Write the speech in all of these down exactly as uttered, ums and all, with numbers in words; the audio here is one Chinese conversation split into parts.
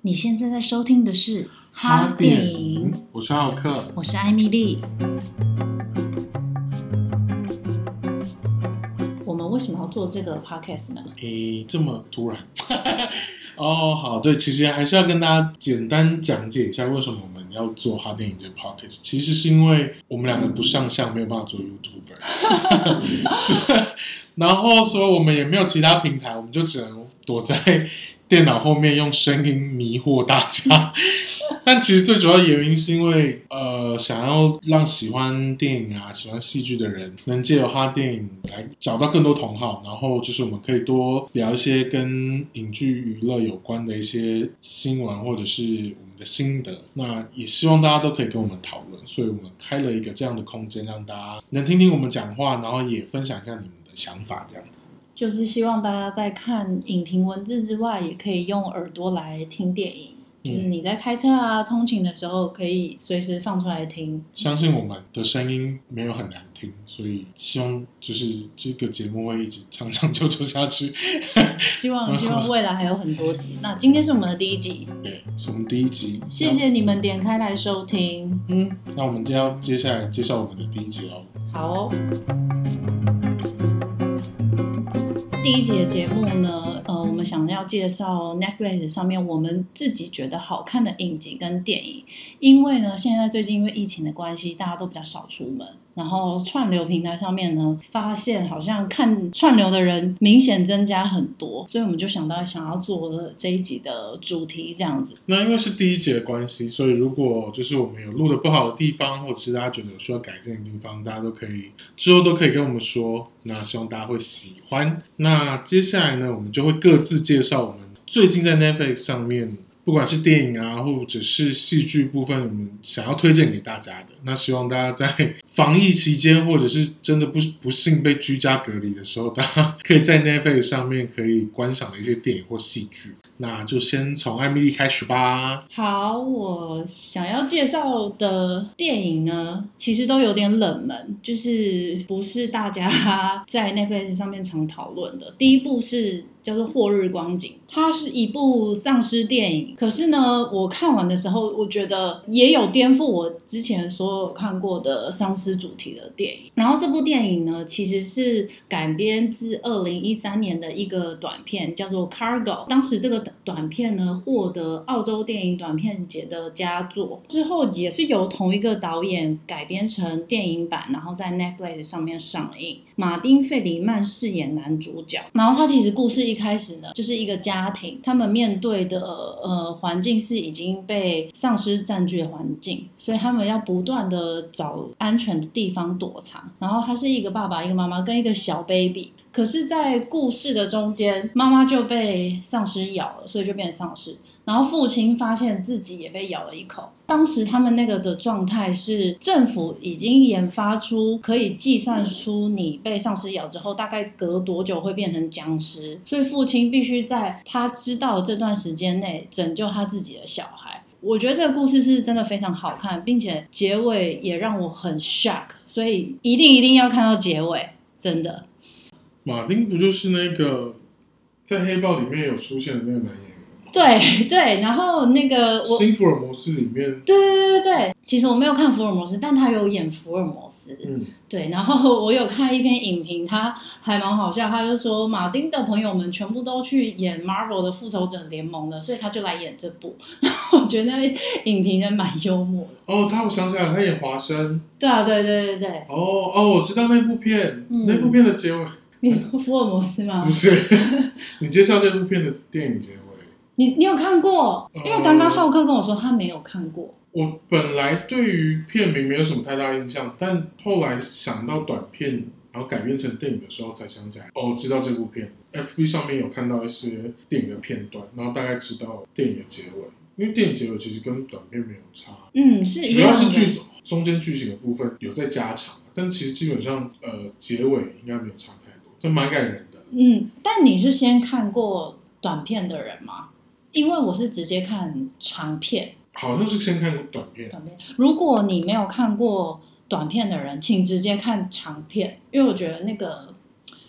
你现在在收听的是哈电影，我是浩克， 我是艾米丽。我们为什么要做这个 podcast 呢？ 诶，这么突然哦，好，对，其实还是要跟大家简单讲解一下为什么我们要做哈电影这个 podcast。其实是因为我们两个不上相，没有办法做 YouTuber 然后所以我们也没有其他平台，我们就只能躲在电脑后面用声音迷惑大家但其实最主要的原因是因为呃，想要让喜欢电影啊喜欢戏剧的人能借由哈电影来找到更多同好，然后就是我们可以多聊一些跟影剧娱乐有关的一些新闻或者是我们的心得，那也希望大家都可以跟我们讨论，所以我们开了一个这样的空间，让大家能听听我们讲话，然后也分享一下你们的想法，这样子就是希望大家在看影评文字之外，也可以用耳朵来听电影。就是你在开车啊、通勤的时候，可以随时放出来听。 相信我们的声音没有很难听，所以希望就是这个节目会一直长长久久下去。 希望希望未来还有很多集。那今天是我们的第一集， 对，是我们第一集。 谢谢你们点开来收听。 嗯，那我们就要接下来介绍我们的第一集喽。 好哦。第一集的节目呢，呃，我们想要介绍 Netflix 上面我们自己觉得好看的影集跟电影。因为呢，现在最近因为疫情的关系，大家都比较少出门，然后串流平台上面呢，发现好像看串流的人明显增加很多，所以我们就想到想要做这一集的主题这样子。 那因为是第一集的关系，所以如果就是我们有录的不好的地方，或者是大家觉得有需要改进的地方，大家都可以之后都可以跟我们说，那希望大家会喜欢。那接下来呢，我们就会各自介绍我们最近在 Netflix 上面不管是电影啊或者是戏剧部分我们想要推荐给大家的，那希望大家在防疫期间或者是真的 不, 不幸被居家隔离的时候，大家可以在 Netflix 上面可以观赏的一些电影或戏剧。那就先从艾米丽开始吧。 好，我想要介绍的电影呢，其实都有点冷门，就是不是大家在 Netflix 上面常讨论的。第一部是叫做《霍日光景》，它是一部丧尸电影，可是呢，我看完的时候，我觉得也有颠覆我之前所有看过的丧尸主题的电影。然后这部电影呢，其实是改编自二零一三年的一个短片，叫做《Cargo》。当时这个短片呢，获得澳洲电影短片节的佳作，之后也是由同一个导演改编成电影版，然后在 Netflix 上面上映。马丁·费里曼饰演男主角，然后他其实故事一开始呢，就是一个家庭，他们面对的呃环境是已经被丧尸占据的环境，所以他们要不断的找安全的地方躲藏。然后他是一个爸爸、一个妈妈跟一个小 baby。可是在故事的中间，妈妈就被丧尸咬了，所以就变成丧尸，然后父亲发现自己也被咬了一口。当时他们那个的状态是政府已经研发出可以计算出你被丧尸咬之后大概隔多久会变成僵尸，所以父亲必须在他知道这段时间内拯救他自己的小孩。我觉得这个故事是真的非常好看，并且结尾也让我很 shock， 所以一定一定要看到结尾，真的。 马丁不就是那个在黑豹里面有出现的那个男演员？ 对对，然后那个我新福尔摩斯里面， 对对对对，其实我没有看福尔摩斯，但他有演福尔摩斯。 嗯， 对，然后我有看一篇影评，他还蛮好笑，他就说马丁的朋友们全部都去演 Marvel 的复仇者联盟了，所以他就来演这部。我觉得那影评人蛮幽默的。 哦，他我想起来，他演华生。 对啊，对对对对。 哦哦，我知道那部片，嗯、那部片的结尾。 你说福尔摩斯吗？ 不是，你介绍这部片的电影结尾。 你你有看过？因为刚刚浩克跟我说他没有看过。 我本来对于片名没有什么太大印象，但后来想到短片，然后改编成电影的时候才想起来，哦，知道这部片。F B 上面有看到一些电影的片段，然后大概知道电影的结尾。因为电影结尾其实跟短片没有差， 嗯，是主要是剧中间剧情的部分有在加强，但其实基本上呃结尾应该没有差太多，这蛮感人的。 嗯，但你是先看过短片的人吗？因为我是直接看长片。 好像是先看过短片。 短片，如果你没有看过短片的人，请直接看长片，因为我觉得那个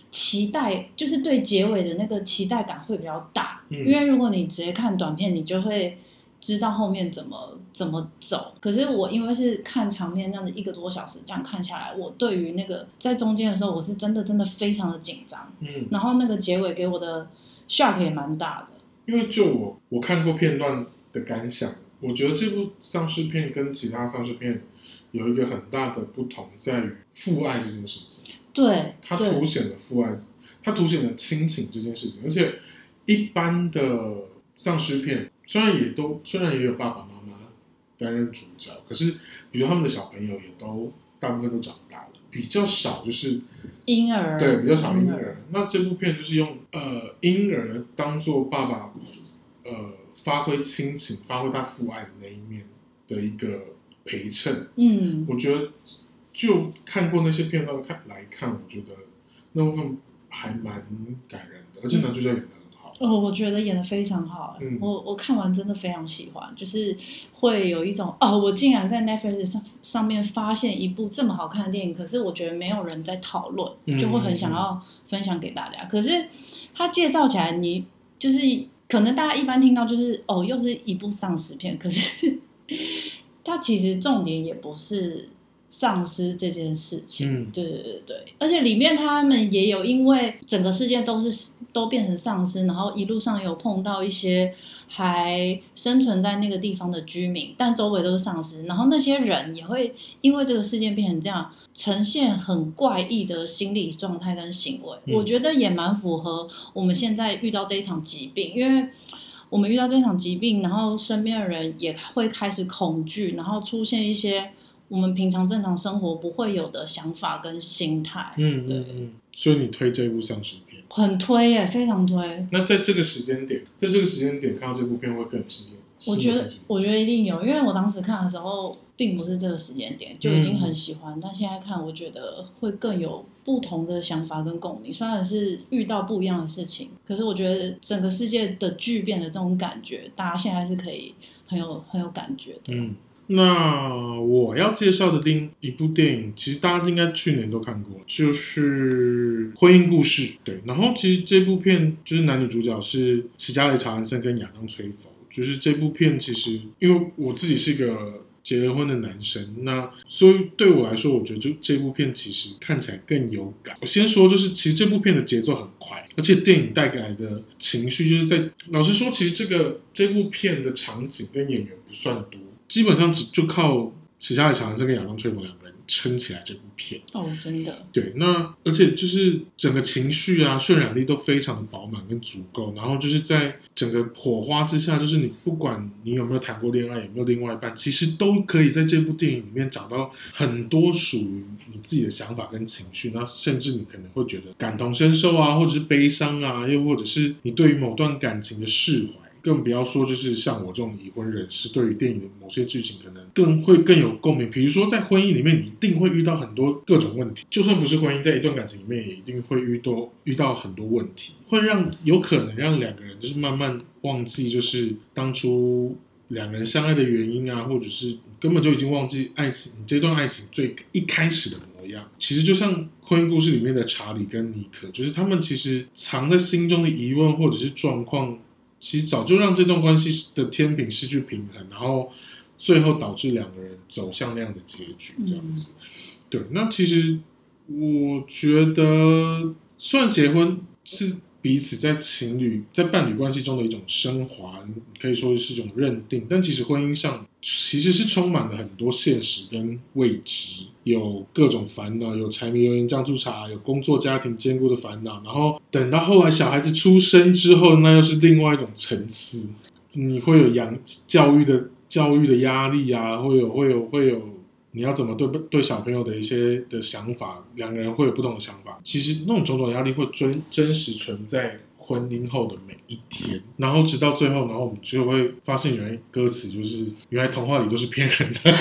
期待，就是对结尾的那个期待感会比较大， 嗯、 因为如果你直接看短片，你就会知道后面怎么怎么走。可是我因为是看长片，这样子一个多小时这样看下来，我对于那个在中间的时候，我是真的真的非常的紧张。 嗯， 然后那个结尾给我的 shock 也蛮大的。 因为就我我看过片段的感想，我觉得这部丧尸片跟其他丧尸片有一个很大的不同，在于父爱这件事情。 对， 它凸显了父爱，它凸显了亲情这件事情。而且一般的丧尸片虽然也都虽然也有爸爸妈妈担任主角，可是比如他们的小朋友也都大部分都长大了，比较少就是婴儿， 对，比较少婴儿。那这部片就是用呃婴儿当做爸爸呃发挥亲情、发挥他父爱的那一面的一个陪衬。 嗯， 我觉得就看过那些片段看来看，我觉得那部分还蛮感人的，而且男主角演得很好。 哦，我觉得演得非常好。嗯、我我看完真的非常喜欢，就是会有一种哦，我竟然在 Netflix 上上面发现一部这么好看的电影，可是我觉得没有人在讨论，就会很想要分享给大家。嗯、可是他介绍起来，你就是可能大家一般听到就是哦，又是一部丧尸片，可是它其实重点也不是丧尸这件事情。嗯，对对对对，而且里面他们也有因为整个世界都是都变成丧尸，然后一路上有碰到一些还生存在那个地方的居民，但周围都是丧尸，然后那些人也会因为这个事件变成这样，呈现很怪异的心理状态跟行为。嗯、我觉得也蛮符合我们现在遇到这一场疾病，因为我们遇到这场疾病，然后身边的人也会开始恐惧，然后出现一些我们平常正常生活不会有的想法跟心态。 嗯，对，嗯，所以你推这部丧尸片？ 很推耶，非常推。 那在这个时间点，在这个时间点看到这部片会更有新鲜？ 我觉得，我觉得一定有，因为我当时看的时候，并不是这个时间点就已经很喜欢，嗯、但现在看，我觉得会更有不同的想法跟共鸣。虽然是遇到不一样的事情，可是我觉得整个世界的巨变的这种感觉，大家现在是可以很有很有感觉的。 嗯。那我要介绍的另一部电影，其实大家应该去年都看过，就是《婚姻故事》。对，然后其实这部片就是男女主角是史嘉蕾·乔韩森跟亚当·崔佛。就是这部片其实，因为我自己是个结了婚的男生，那所以对我来说，我觉得就这部片其实看起来更有感。我先说，就是其实这部片的节奏很快，而且电影带来的情绪，就是在老实说，其实这个这部片的场景跟演员不算多。基本上只就靠史嘉蕾·乔韩森跟亚当·崔佛两个人撑起来这部片。 哦，真的。 对，那而且就是整个情绪啊、渲染力都非常的饱满跟足够，然后就是在整个火花之下，就是你不管你有没有谈过恋爱，有没有另外一半，其实都可以在这部电影里面找到很多属于你自己的想法跟情绪，那甚至你可能会觉得感同身受啊，或者是悲伤啊，又或者是你对于某段感情的释怀。更不要说就是像我这种已婚人士，对于电影的某些剧情可能更会更有共鸣。比如说在婚姻里面，你一定会遇到很多各种问题，就算不是婚姻，在一段感情里面也一定会遇到遇到很多问题，会让有可能让两个人就是慢慢忘记就是当初两个人相爱的原因啊，或者是根本就已经忘记爱情这段爱情最一开始的模样。其实就像婚姻故事里面的查理跟尼克，就是他们其实藏在心中的疑问或者是状况，其实早就让这段关系的天平失去平衡，然后最后导致两个人走向那样的结局，这样子。嗯、对，那其实我觉得，虽然结婚是彼此在情侣在伴侣关系中的一种升华，可以说是一种认定，但其实婚姻上其实是充满了很多现实跟未知，有各种烦恼，有柴米油盐酱醋茶，有工作家庭兼顾的烦恼，然后等到后来小孩子出生之后，那又是另外一种层次，你会有养教育的教育的压力啊，会有会有会有你要怎么对对小朋友的一些的想法，两个人会有不同的想法，其实那种种种压力会真真实存在婚姻后的每一天，然后直到最后，然后我们就会发现原来歌词就是原来童话里都是骗人的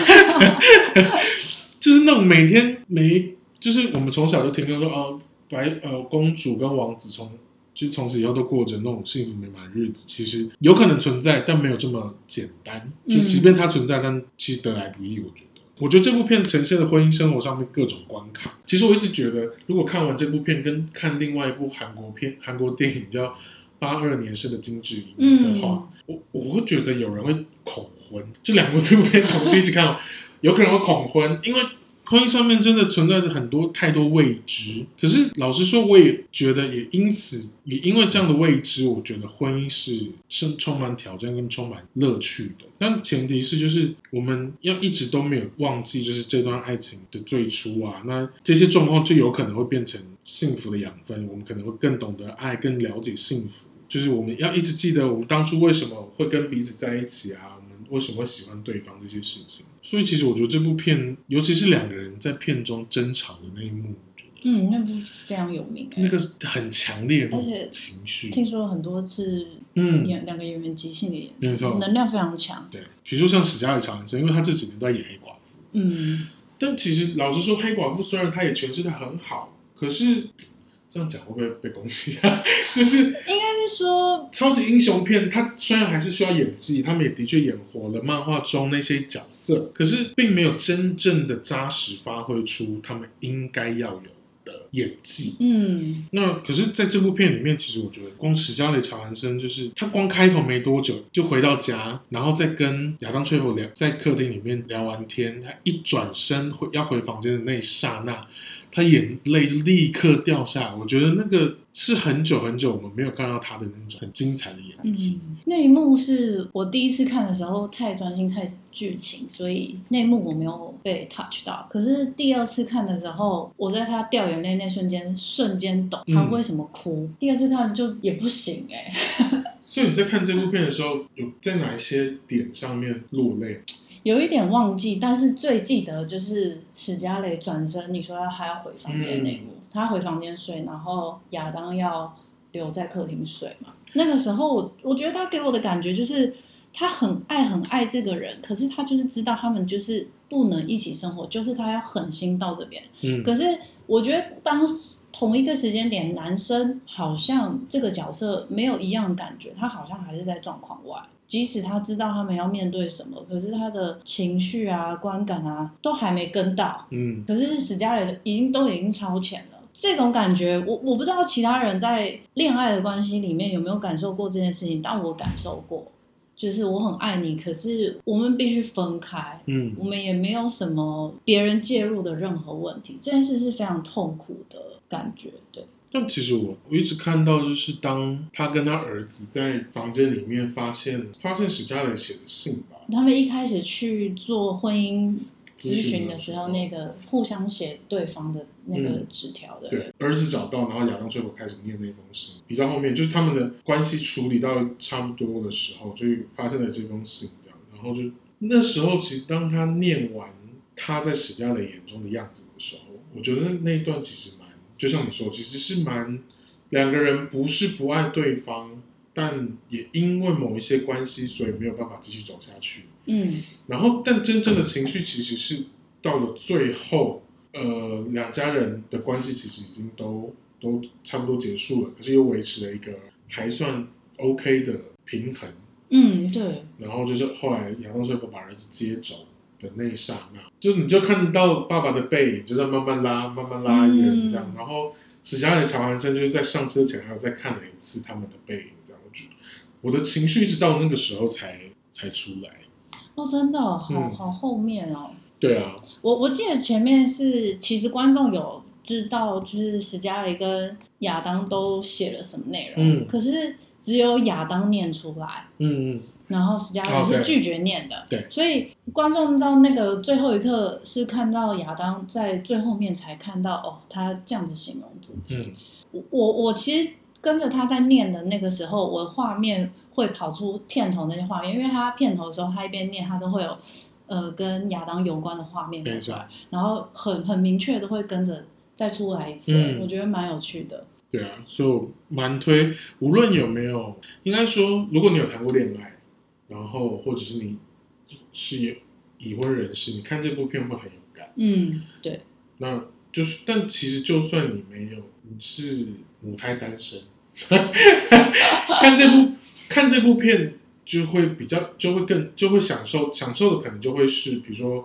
就是那种每天每就是我们从小就听到说哦，白呃公主跟王子从就从此以后都过着那种幸福美满的日子，其实有可能存在，但没有这么简单。就即便它存在，但其实得来不易，我觉得。 我觉得这部片呈现的婚姻生活上面各种关卡，其实我一直觉得，如果看完这部片跟看另外一部韩国片、韩国电影叫《八二年生的金智英》的话，嗯、我我会觉得有人会恐婚，就两部片同时一起看，有可能会恐婚，因为婚姻上面真的存在着很多太多未知。可是老实说，我也觉得也因此也因为这样的未知，我觉得婚姻是是充满挑战跟充满乐趣的。但前提是就是我们要一直都没有忘记，就是这段爱情的最初啊，那这些状况就有可能会变成幸福的养分，我们可能会更懂得爱，更了解幸福。就是我们要一直记得我们当初为什么会跟彼此在一起啊，我们为什么会喜欢对方这些事情。所以其实我觉得这部片，尤其是两个人在片中争吵的那一幕， 嗯，那部非常有名、欸， 那个很强烈的情绪。 听说很多次，嗯，两个演员即兴的演员，没错，能量非常强。 对，比如说像史嘉蕾·乔韩森，因为他这几年都在演黑寡妇，嗯，但其实老实说，黑寡妇虽然他也诠释的很好，可是这样讲会不会被攻击啊？就是应该是说， 超级英雄片，它虽然还是需要演技，他们也的确演活了漫画中那些角色，可是并没有真正的扎实发挥出他们应该要有的演技。嗯，那可是在这部片里面，其实我觉得光史嘉蕾·乔韩森就是他光开头没多久就回到家，然后再跟亚当·崔佛聊，在客厅里面聊完天，他一转身回要回房间的那一刹那，他眼泪立刻掉下来。我觉得那个是很久很久我们没有看到他的那种很精彩的演技。 嗯，那一幕是我第一次看的时候太专心太剧情，所以那一幕我没有被 touch 到。可是第二次看的时候，我在他掉眼泪那瞬间瞬间懂他为什么哭。嗯、第二次看就也不行哎、欸。 所以你在看这部片的时候，有在哪一些点上面落泪？ 有一点忘记，但是最记得就是史嘉蕾转身，你说他要回房间那一幕，嗯、他回房间睡，然后亚当要留在客厅睡嘛。那个时候我，我觉得他给我的感觉就是他很爱很爱这个人，可是他就是知道他们就是不能一起生活，就是他要狠心到这边。嗯，可是我觉得当同一个时间点，男生好像这个角色没有一样的感觉，他好像还是在状况外。即使他知道他们要面对什么，可是他的情绪啊、观感啊都还没跟到。嗯，可是史嘉蕾已经都已经超前了。这种感觉，我我不知道其他人在恋爱的关系里面有没有感受过这件事情，但我感受过。就是我很爱你，可是我们必须分开。嗯，我们也没有什么别人介入的任何问题。这件事是非常痛苦的感觉，对。 但其实我我一直看到，就是当他跟他儿子在房间里面发现发现史嘉蕾写的信吧， 他们一开始去做婚姻咨询的时候，那个互相写对方的那个纸条的、嗯， 对，儿子找到，然后亚当最后开始念那封信，比较后面就是他们的关系处理到差不多的时候，就发现了这封信，这样，然后就那时候其实当他念完他在史嘉蕾眼中的样子的时候，我觉得那一段其实蛮。就像你说，其实是蛮两个人不是不爱对方，但也因为某一些关系，所以没有办法继续走下去。嗯，然后但真正的情绪其实是到了最后，呃，两家人的关系其实已经都都差不多结束了，可是又维持了一个还算 OK 的平衡。 嗯，对。 然后就是后来亚当最后把儿子接走的那一刹那，就你就看到爸爸的背影就在慢慢拉慢慢拉远这样、嗯、然后史嘉蕾·乔韩森就是在上车前还有再看了一次他们的背影这样，我觉得我的情绪一直到那个时候才才出来。 哦，真的好、嗯、好后面哦。 对啊， 我我记得前面是其实观众有知道就是史嘉蕾跟亚当都写了什么内容、嗯、可是只有亚当念出来，嗯嗯，然后史嘉蕾是拒绝念的， okay, 对， 所以观众到那个最后一刻是看到亚当在最后面才看到哦，他这样子形容自己。嗯、我我其实跟着他在念的那个时候，我的画面会跑出片头那些画面，因为他片头的时候，他一边念，他都会有呃跟亚当有关的画面跑出来，然后很很明确的会跟着再出来一次，嗯、我觉得蛮有趣的。 对啊，所以我蛮推，无论有没有，应该说，如果你有谈过恋爱，然后或者是你是有已婚人士，你看这部片会很有感。 嗯，对。 那就是，但其实就算你没有，你是母胎单身，看这部看这部片就会比较，就会更就会享受享受的可能就会是，比如说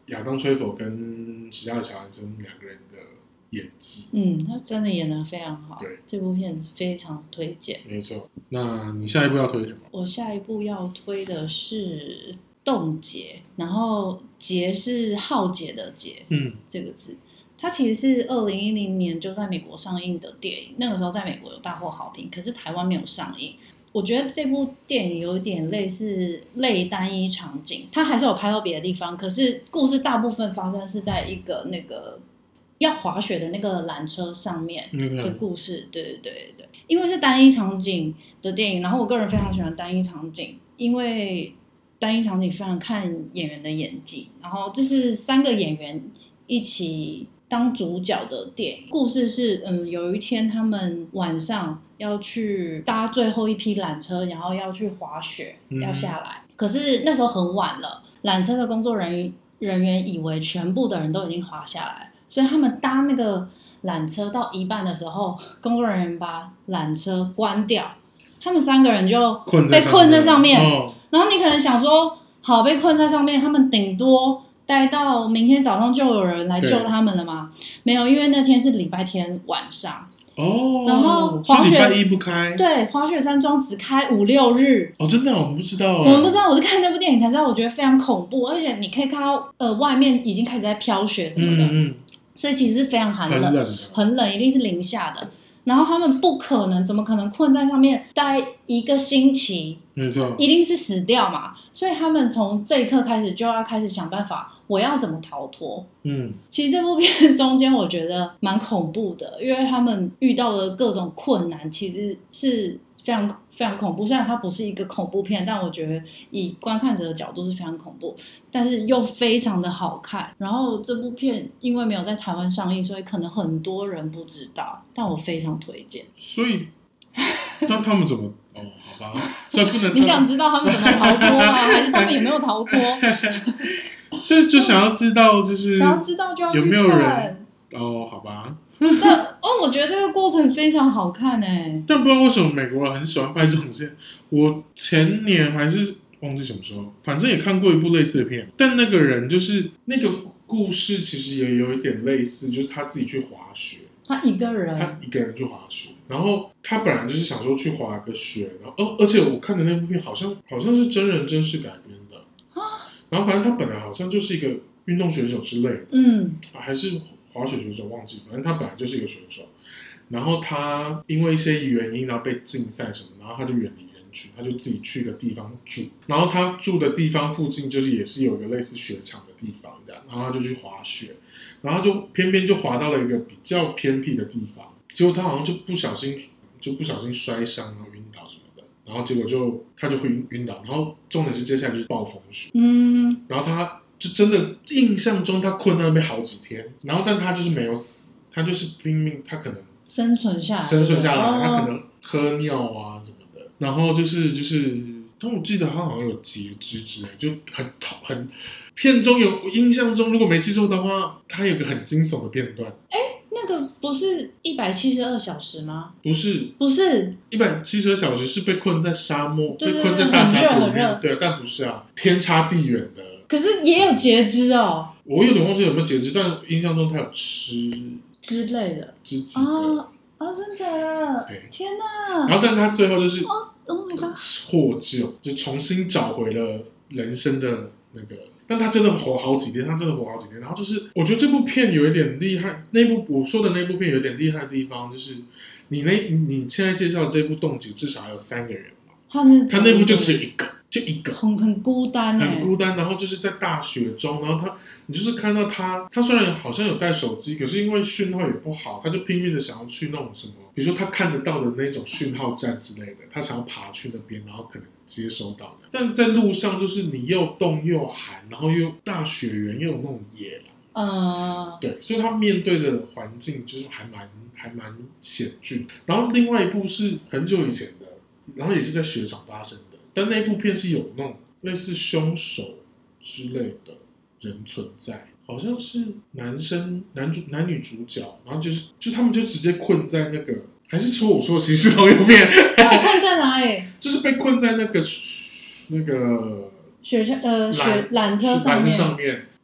亚当·崔佛跟史嘉丽·乔韩森两个人的演技。 嗯，他真的演得非常好。 对， 这部片非常推荐。 没错。那你下一部要推什么？ 我下一部要推的是《冻结》，然后“劫”是浩劫的“劫”， 嗯， 这个字。它其实是二零一零年就在美国上映的电影，那个时候在美国有大获好评，可是台湾没有上映。我觉得这部电影有点类似类单一场景，它还是有拍到别的地方，可是故事大部分发生是在一个那个要滑雪的那个缆车上面的故事。嗯、对对对对，因为是单一场景的电影，然后我个人非常喜欢单一场景，因为单一场景非常看演员的演技，然后这是三个演员一起当主角的电影。故事是嗯，有一天他们晚上要去搭最后一批缆车，然后要去滑雪，要下来、嗯、可是那时候很晚了，缆车的工作人人员以为全部的人都已经滑下来，所以他们搭那个缆车到一半的时候，工作人员把缆车关掉，他们三个人就被困在上面、哦、然后你可能想说好，被困在上面，他们顶多待到明天早上就有人来救他们了吗？没有，因为那天是礼拜天晚上哦， 然后滑雪礼拜一不开， 对，滑雪山庄只开五六日哦，真的、哦、我们不知道， 我们不知道，我是看那部电影才知道，我觉得非常恐怖，而且你可以看到呃外面已经开始在飘雪什么的，嗯嗯，所以其实非常寒冷， 很冷， 很冷，一定是零下的。然后他们不可能，怎么可能困在上面待一个星期？ 没错， 一定是死掉嘛。所以他们从这一刻开始就要开始想办法，我要怎么逃脱？嗯，其实这部片中间我觉得蛮恐怖的，因为他们遇到的各种困难其实是非常非常恐怖。虽然它不是一个恐怖片，但我觉得以观看者的角度是非常恐怖，但是又非常的好看。然后这部片因为没有在台湾上映，所以可能很多人不知道，但我非常推荐。 所以那他们怎么哦好吧，所以不能你想知道他们怎么逃脱吗？还是他们有没有逃脱？ 就就想要知道，就是想要知道就要去看有没有人哦，好吧。 但哦，我觉得这个过程非常好看哎。 但不知道为什么美国人很喜欢拍这种片。我前年还是忘记什么时候，反正也看过一部类似的片，但那个人就是那个故事其实也有一点类似，就是他自己去滑雪。 他一个人， 他一个人去滑雪，然后他本来就是想说去滑个雪，然后而而且我看的那部片好像好像是真人真事改编的啊，然后反正他本来好像就是一个运动选手之类的，嗯，啊、还是滑雪选手忘记，反正他本来就是一个选手，然后他因为一些原因，然后被禁赛什么，然后他就远离人群，他就自己去一个地方住，然后他住的地方附近就是也是有一个类似雪场的地方，这样，然后他就去滑雪。然后就偏偏就滑到了一个比较偏僻的地方，结果他好像就不小心就不小心摔伤，然后晕倒什么的，然后结果就他就会晕晕倒，然后重点是接下来就是暴风雪，嗯，然后他就真的印象中他困在那边好几天，然后但他就是没有死，他就是拼命，他可能生存下来， 生存下来，哦、他可能喝尿啊什么的，然后就是就是，但我记得他好像有截肢之类，就很很。片中有，我印象中如果没记错的话，它有个很惊悚的片段。 哎，那个不是一百七十二小时吗？ 不是， 不是一百七十二小时是被困在沙漠，被困在大峡谷里面。对，但不是啊，天差地远的。 可是也有截肢哦。 我有点忘记有没有截肢，但印象中他有吃之类的， 肢体的。 啊啊，真的假的？对，天哪！ 然后，但他最后就是哦，哦my god， 获救，就重新找回了人生的那个。但他真的活好几天，他真的活好几天。然后就是，我觉得这部片有一点厉害。那部我说的那部片有点厉害的地方，就是你那你现在介绍的这部《冻结》，至少还有三个人嘛。他那他那部就只有一个，就一个， 很很孤单、欸， 很孤单。然后就是在大雪中，然后他，你就是看到他，他虽然好像有带手机，可是因为讯号也不好，他就拼命的想要去那种什么，比如说他看得到的那种讯号站之类的，他想要爬去那边，然后可能接收到的。但在路上就是你又冻又寒，然后又大雪原，又有那种野狼，嗯，对，所以他面对的环境就是还蛮还蛮险峻。然后另外一部是很久以前的，然后也是在雪场发生的。但那部片是有那种类似凶手之类的人存在，好像是男生男主男女主角，然后就是就他们就直接困在那个，还是说我说的其实是同一部片？ 困在哪里？ 就是被困在那个那个雪呃雪缆车上面， 上面，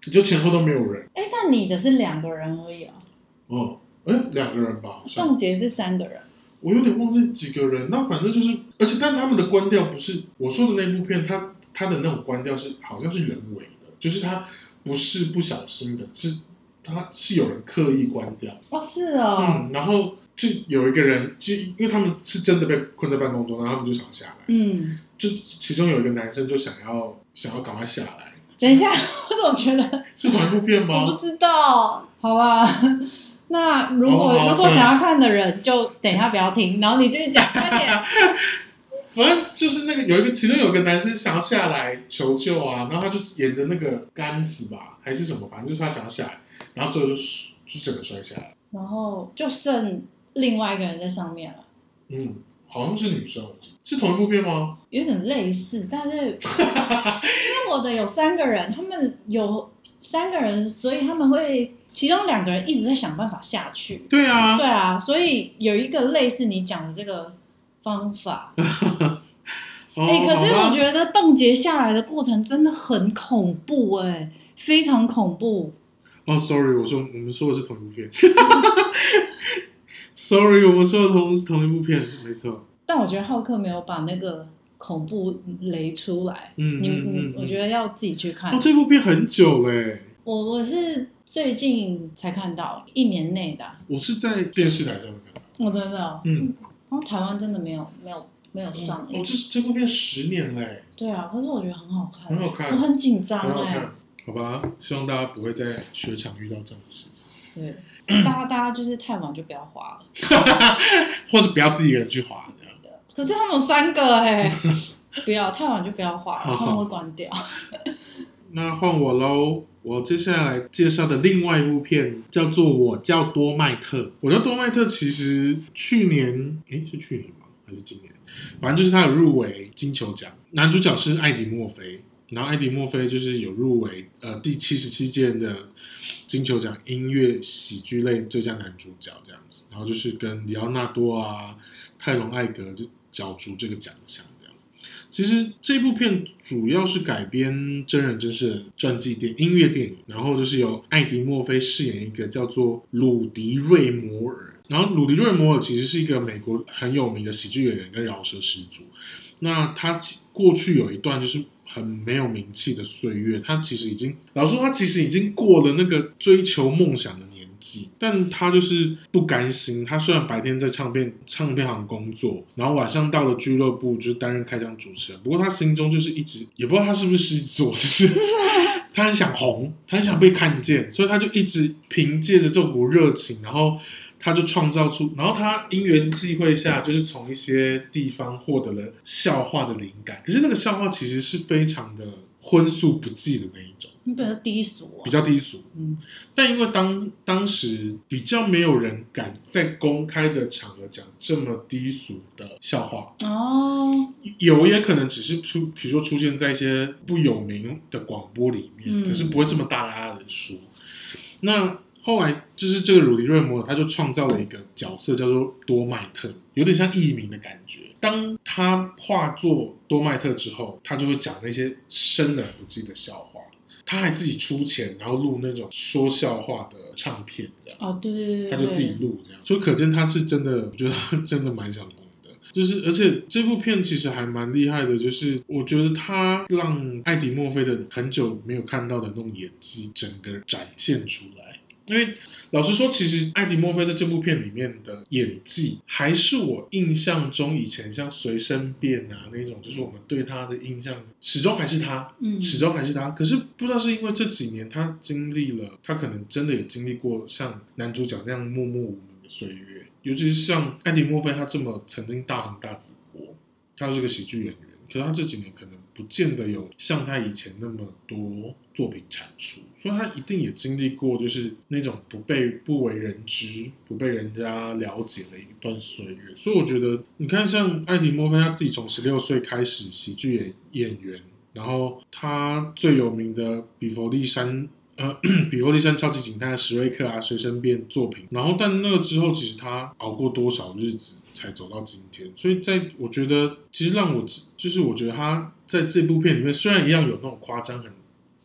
就前后都没有人。 哎，但你的是两个人而已啊。 哦，哎，两个人吧。 冻结是三个人。 我有点忘记几个人，那反正就是，而且但他们的关掉不是我说的那部片，它它的那种关掉是好像是人为的，就是它不是不小心的，是它是有人刻意关掉。 哦，是哦。 嗯，然后就有一个人，就因为他们是真的被困在办公中，然后他们就想下来。嗯，就其中有一个男生就想要想要赶快下来。 等一下，我怎么觉得是同一部片吗？ 我不知道。好啦。那如果、哦、如果想要看的人，就等一下不要听，然后你继续讲，快点。 反正就是那个有一个，其中有一个男生想要下来求救啊，然后他就沿着那个杆子吧，还是什么，反正就是他想要下来，然后最后就就整个摔下来， 然后就剩另外一个人在上面了。 嗯，好像是女生，是同一部片吗？ 有点类似，但是因为我的有三个人，他们有三个人，所以他们会。其中两个人一直在想办法下去。 对啊， 对啊，所以有一个类似你讲的这个方法。哎、哦欸，可是我觉得冻结下来的过程真的很恐怖、欸，哎，非常恐怖。 哦 ，sorry， 我说我们说的是同一部片。sorry， 我们说的同是同一部片，没错。 但我觉得浩克没有把那个恐怖雷出来。嗯，你嗯嗯，我觉得要自己去看。 哦，这部片很久嘞、欸。 我我是最近才看到，一年内的、啊。 我是在电视台上面看到。 我、哦、真的、哦，嗯，然后台湾真的没有没有没有上映。 哦，这这部片十年嘞。 对啊，可是我觉得很好看， 很好看， 我很紧张哎。 好吧，希望大家不会在雪场遇到这种事情。 对，大家大家就是太晚就不要滑了， 或者不要自己一个人去滑这样。 可是他们有三个哎、欸，不要太晚就不要滑了，他们会关掉。 那换我喽。我接下来介绍的另外一部片叫做《我叫多麦特》。我叫多麦特其实去年，诶，是去年吗？还是今年？反正就是他有入围金球奖，男主角是艾迪墨菲，然后艾迪墨菲就是有入围呃第七十七届的金球奖音乐喜剧类最佳男主角这样子，然后就是跟里奥纳多啊、泰隆艾格就角逐这个奖项。其实这部片主要是改编真人真事的传记电音乐电影，然后就是由艾迪墨菲饰演一个叫做鲁迪瑞摩尔，然后鲁迪瑞摩尔其实是一个美国很有名的喜剧演员跟饶舌始祖。那他过去有一段就是很没有名气的岁月，他其实已经老实说，他其实已经过了那个追求梦想的年纪，但他就是不甘心。他虽然白天在唱片唱片行工作，然后晚上到了俱乐部就是担任开场主持人，不过他心中就是一直也不知道他是不是狮子座，就是他很想红，他很想被看见，所以他就一直凭借着这股热情，然后他就创造出，然后他因缘际会下，就是从一些地方获得了笑话的灵感。可是那个笑话其实是非常的荤素不忌的那一种， 比较低俗、啊， 比较低俗。嗯，但因为当当时比较没有人敢在公开的场合讲这么低俗的笑话哦，有也可能只是出，比如说出现在一些不有名的广播里面，嗯、可是不会这么大大的说。那后来就是这个鲁迪瑞摩尔，他就创造了一个角色叫做多麦特，有点像艺名的感觉。当他化作多麦特之后，他就会讲那些生人不忌的笑话。他还自己出钱，然后录那种说笑话的唱片，这样。 哦，对对对， 他就自己录这样，所以可见他是真的，我觉得他真的蛮想红的。就是而且这部片其实还蛮厉害的，就是我觉得他让艾迪墨菲的很久没有看到的那种演技整个展现出来。因为老实说，其实艾迪墨菲在这部片里面的演技，还是我印象中以前像随身变啊那种，就是我们对他的印象始终还是他，嗯，始终还是他。可是不知道是因为这几年他经历了，他可能真的也经历过像男主角那样默默无名的岁月，尤其是像艾迪墨菲他这么曾经大红大紫过，他是个喜剧演员，可是他这几年可能不见得有像他以前那么多作品产出，所以他一定也经历过就是那种不被不为人知、不被人家了解的一段岁月。所以我觉得，你看像艾迪墨菲他自己从十六岁开始喜剧演演员，然后他最有名的比佛利山。呃，比佛利山超级警探、史瑞克啊、随身变作品，然后但那之后，其实他熬过多少日子才走到今天？所以在我觉得，其实让我就是我觉得他在这部片里面，虽然一样有那种夸张很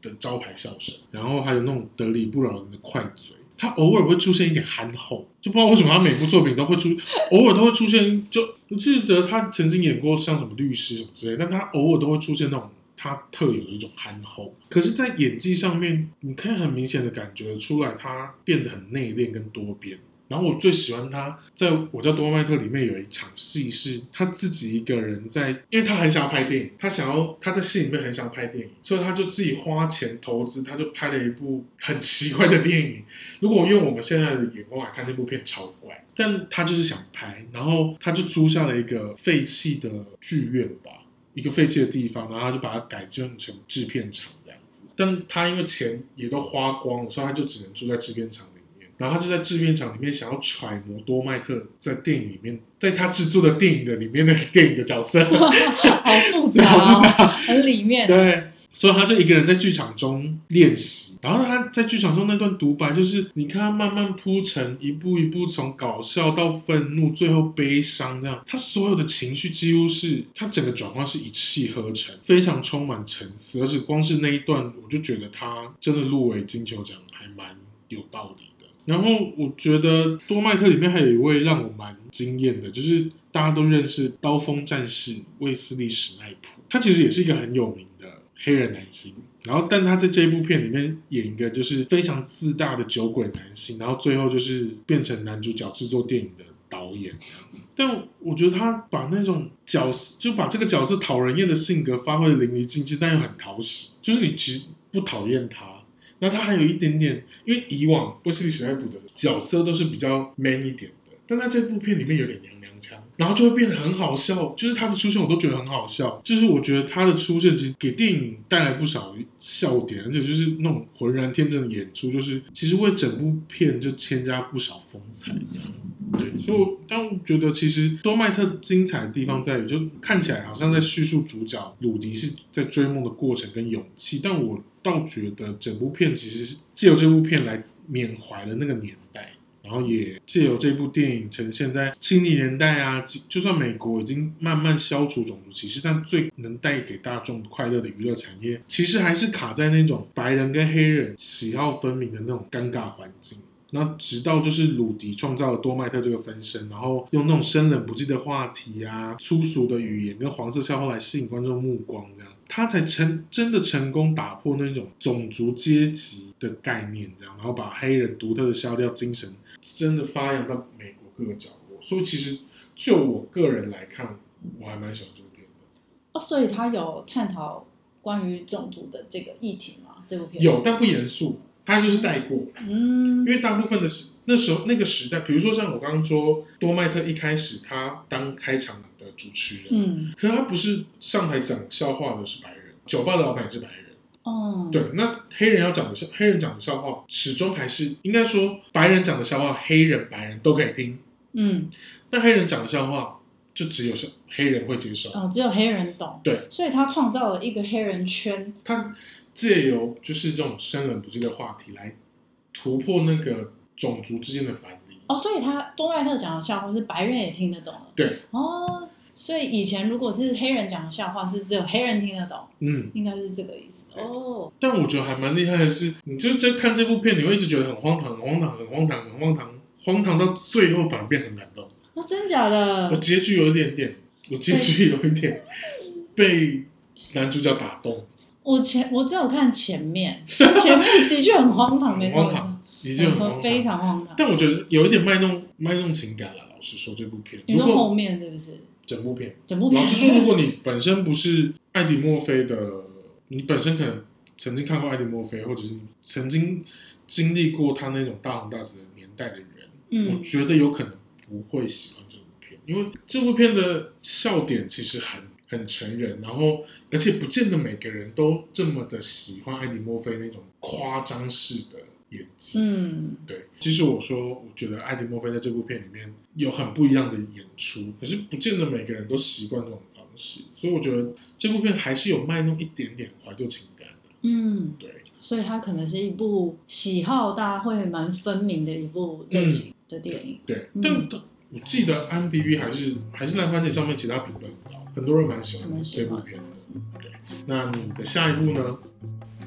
的招牌笑声，然后还有那种得理不饶人的快嘴。他偶尔会出现一点憨厚，就不知道为什么他每部作品都会出，偶尔都会出现。就我记得他曾经演过像什么律师什么之类，但他偶尔都会出现那种他特有的一种憨厚。可是，在演技上面，你可以很明显的感觉出来，他变得很内敛跟多变。然后我最喜欢他，在我叫多麦特里面有一场戏是他自己一个人在，因为他很想要拍电影，他想要他在戏里面很想拍电影，所以他就自己花钱投资，他就拍了一部很奇怪的电影。如果用我们现在的眼光来看，这部片超怪，但他就是想拍，然后他就租下了一个废弃的剧院吧，一个废弃的地方，然后他就把它改建成制片厂这样子。但他因为钱也都花光了，所以他就只能住在制片厂。然后他就在制片厂里面想要揣摩多麦特在电影里面，在他制作的电影的里面的电影的角色， 好复杂、哦，好复杂，很里面。 对，所以他就一个人在剧场中练习。然后他在剧场中那段独白，就是你看他慢慢铺陈，一步一步从搞笑到愤怒，最后悲伤，这样他所有的情绪几乎是他整个转换是一气呵成，非常充满层次。而且光是那一段，我就觉得他真的入围金球奖还蛮有道理。然后我觉得多麦特里面还有一位让我蛮惊艳的，就是大家都认识刀锋战士卫斯理史奈普，他其实也是一个很有名的黑人男星，然后但他在这一部片里面演一个就是非常自大的酒鬼男星，然后最后就是变成男主角制作电影的导演。但我觉得他把那种角色就把这个角色讨人厌的性格发挥的淋漓尽致，但又很讨喜，就是你其实不讨厌他。那他还有一点点，因为以往卫斯理史奈普的角色都是比较 man 一点的，但他这部片里面有点娘娘腔，然后就会变得很好笑。就是他的出现我都觉得很好笑，就是我觉得他的出现其实给电影带来不少笑点，而且就是那种浑然天真的演出，就是其实为整部片就添加不少风采。对，所以我但我觉得其实多麦特精彩的地方在于，就看起来好像在叙述主角鲁迪是在追梦的过程跟勇气，但我倒觉得整部片其实是借由这部片来缅怀了那个年代，然后也借由这部电影呈现在七零年代啊，就算美国已经慢慢消除种族歧视，但最能带给大众快乐的娱乐产业，其实还是卡在那种白人跟黑人喜好分明的那种尴尬环境。那直到就是鲁迪创造了多麦特这个分身，然后用那种生冷不忌的话题啊、粗俗的语言跟黄色笑话来吸引观众目光，这样他才成真的成功打破那种种族阶级的概念，这样，然后把黑人独特的笑料精神真的发扬到美国各个角落。所以其实就我个人来看，我还蛮喜欢这部片的。 哦，所以他有探讨关于种族的这个议题吗？这部片有，但不严肃。他就是带过，嗯，因为大部分的那时候那个时代，比如说像我刚刚说，多麦特一开始他当开场的主持人，嗯，可是他不是上台讲笑话的是白人，酒吧的老板也是白人，哦，对，那黑人要讲的笑，黑人讲的笑话始终还是应该说白人讲的笑话，黑人白人都可以听，嗯，那黑人讲的笑话就只有黑人会接受， 哦，只有黑人懂， 对， 所以他创造了一个黑人圈， 他借由就是这种生冷不忌的话题来突破那个种族之间的藩篱。 哦，所以他多麦特讲的笑话是白人也听得懂了。 对。 哦，所以以前如果是黑人讲的笑话是只有黑人听得懂，嗯，应该是这个意思。哦。 但我觉得还蛮厉害的是，你就就看这部片，你会一直觉得很荒唐、很荒唐、很荒唐、很荒唐，荒唐到最后反而变很感动。 哦，真假的？ 我结局有一点点，我结局有一点被男主角打动。 我前我只有看前面，前面的确很荒唐，没错，荒唐，的确很荒唐， 非常荒唐。 但我觉得有一点卖弄卖弄情感了。老实说，这部片， 你说后面是不是？ 整部片， 整部片。 老实说，如果你本身不是艾迪墨菲的，你本身可能曾经看过艾迪墨菲，或者是你曾经经历过他那种大红大紫的年代的人，嗯，我觉得有可能不会喜欢这部片，因为这部片的笑点其实很。很成人，然后而且不见得每个人都这么的喜欢艾迪墨菲那种夸张式的演技。嗯，对。其实我说，我觉得艾迪墨菲在这部片里面有很不一样的演出，可是不见得每个人都习惯这种方式，所以我觉得这部片还是有卖弄一点点怀旧情感的。嗯，对。所以它可能是一部喜好大家会蛮分明的一部类型的电影。 嗯、对，嗯、但我记得 I M D B 还是还是烂番茄上面其他评分很高。很多人蛮喜欢这部片的，对。那你的下一部呢？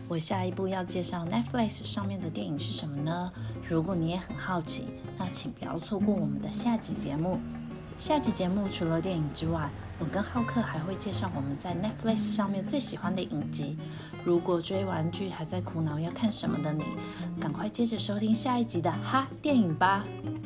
我下一步要介绍 Netflix 上面的电影是什么呢？如果你也很好奇，那请不要错过我们的下集节目。下集节目除了电影之外，我跟浩克还会介绍我们在 Netflix 上面最喜欢的影集。如果追完剧还在苦恼要看什么的你，赶快接着收听下一集的哈电影吧。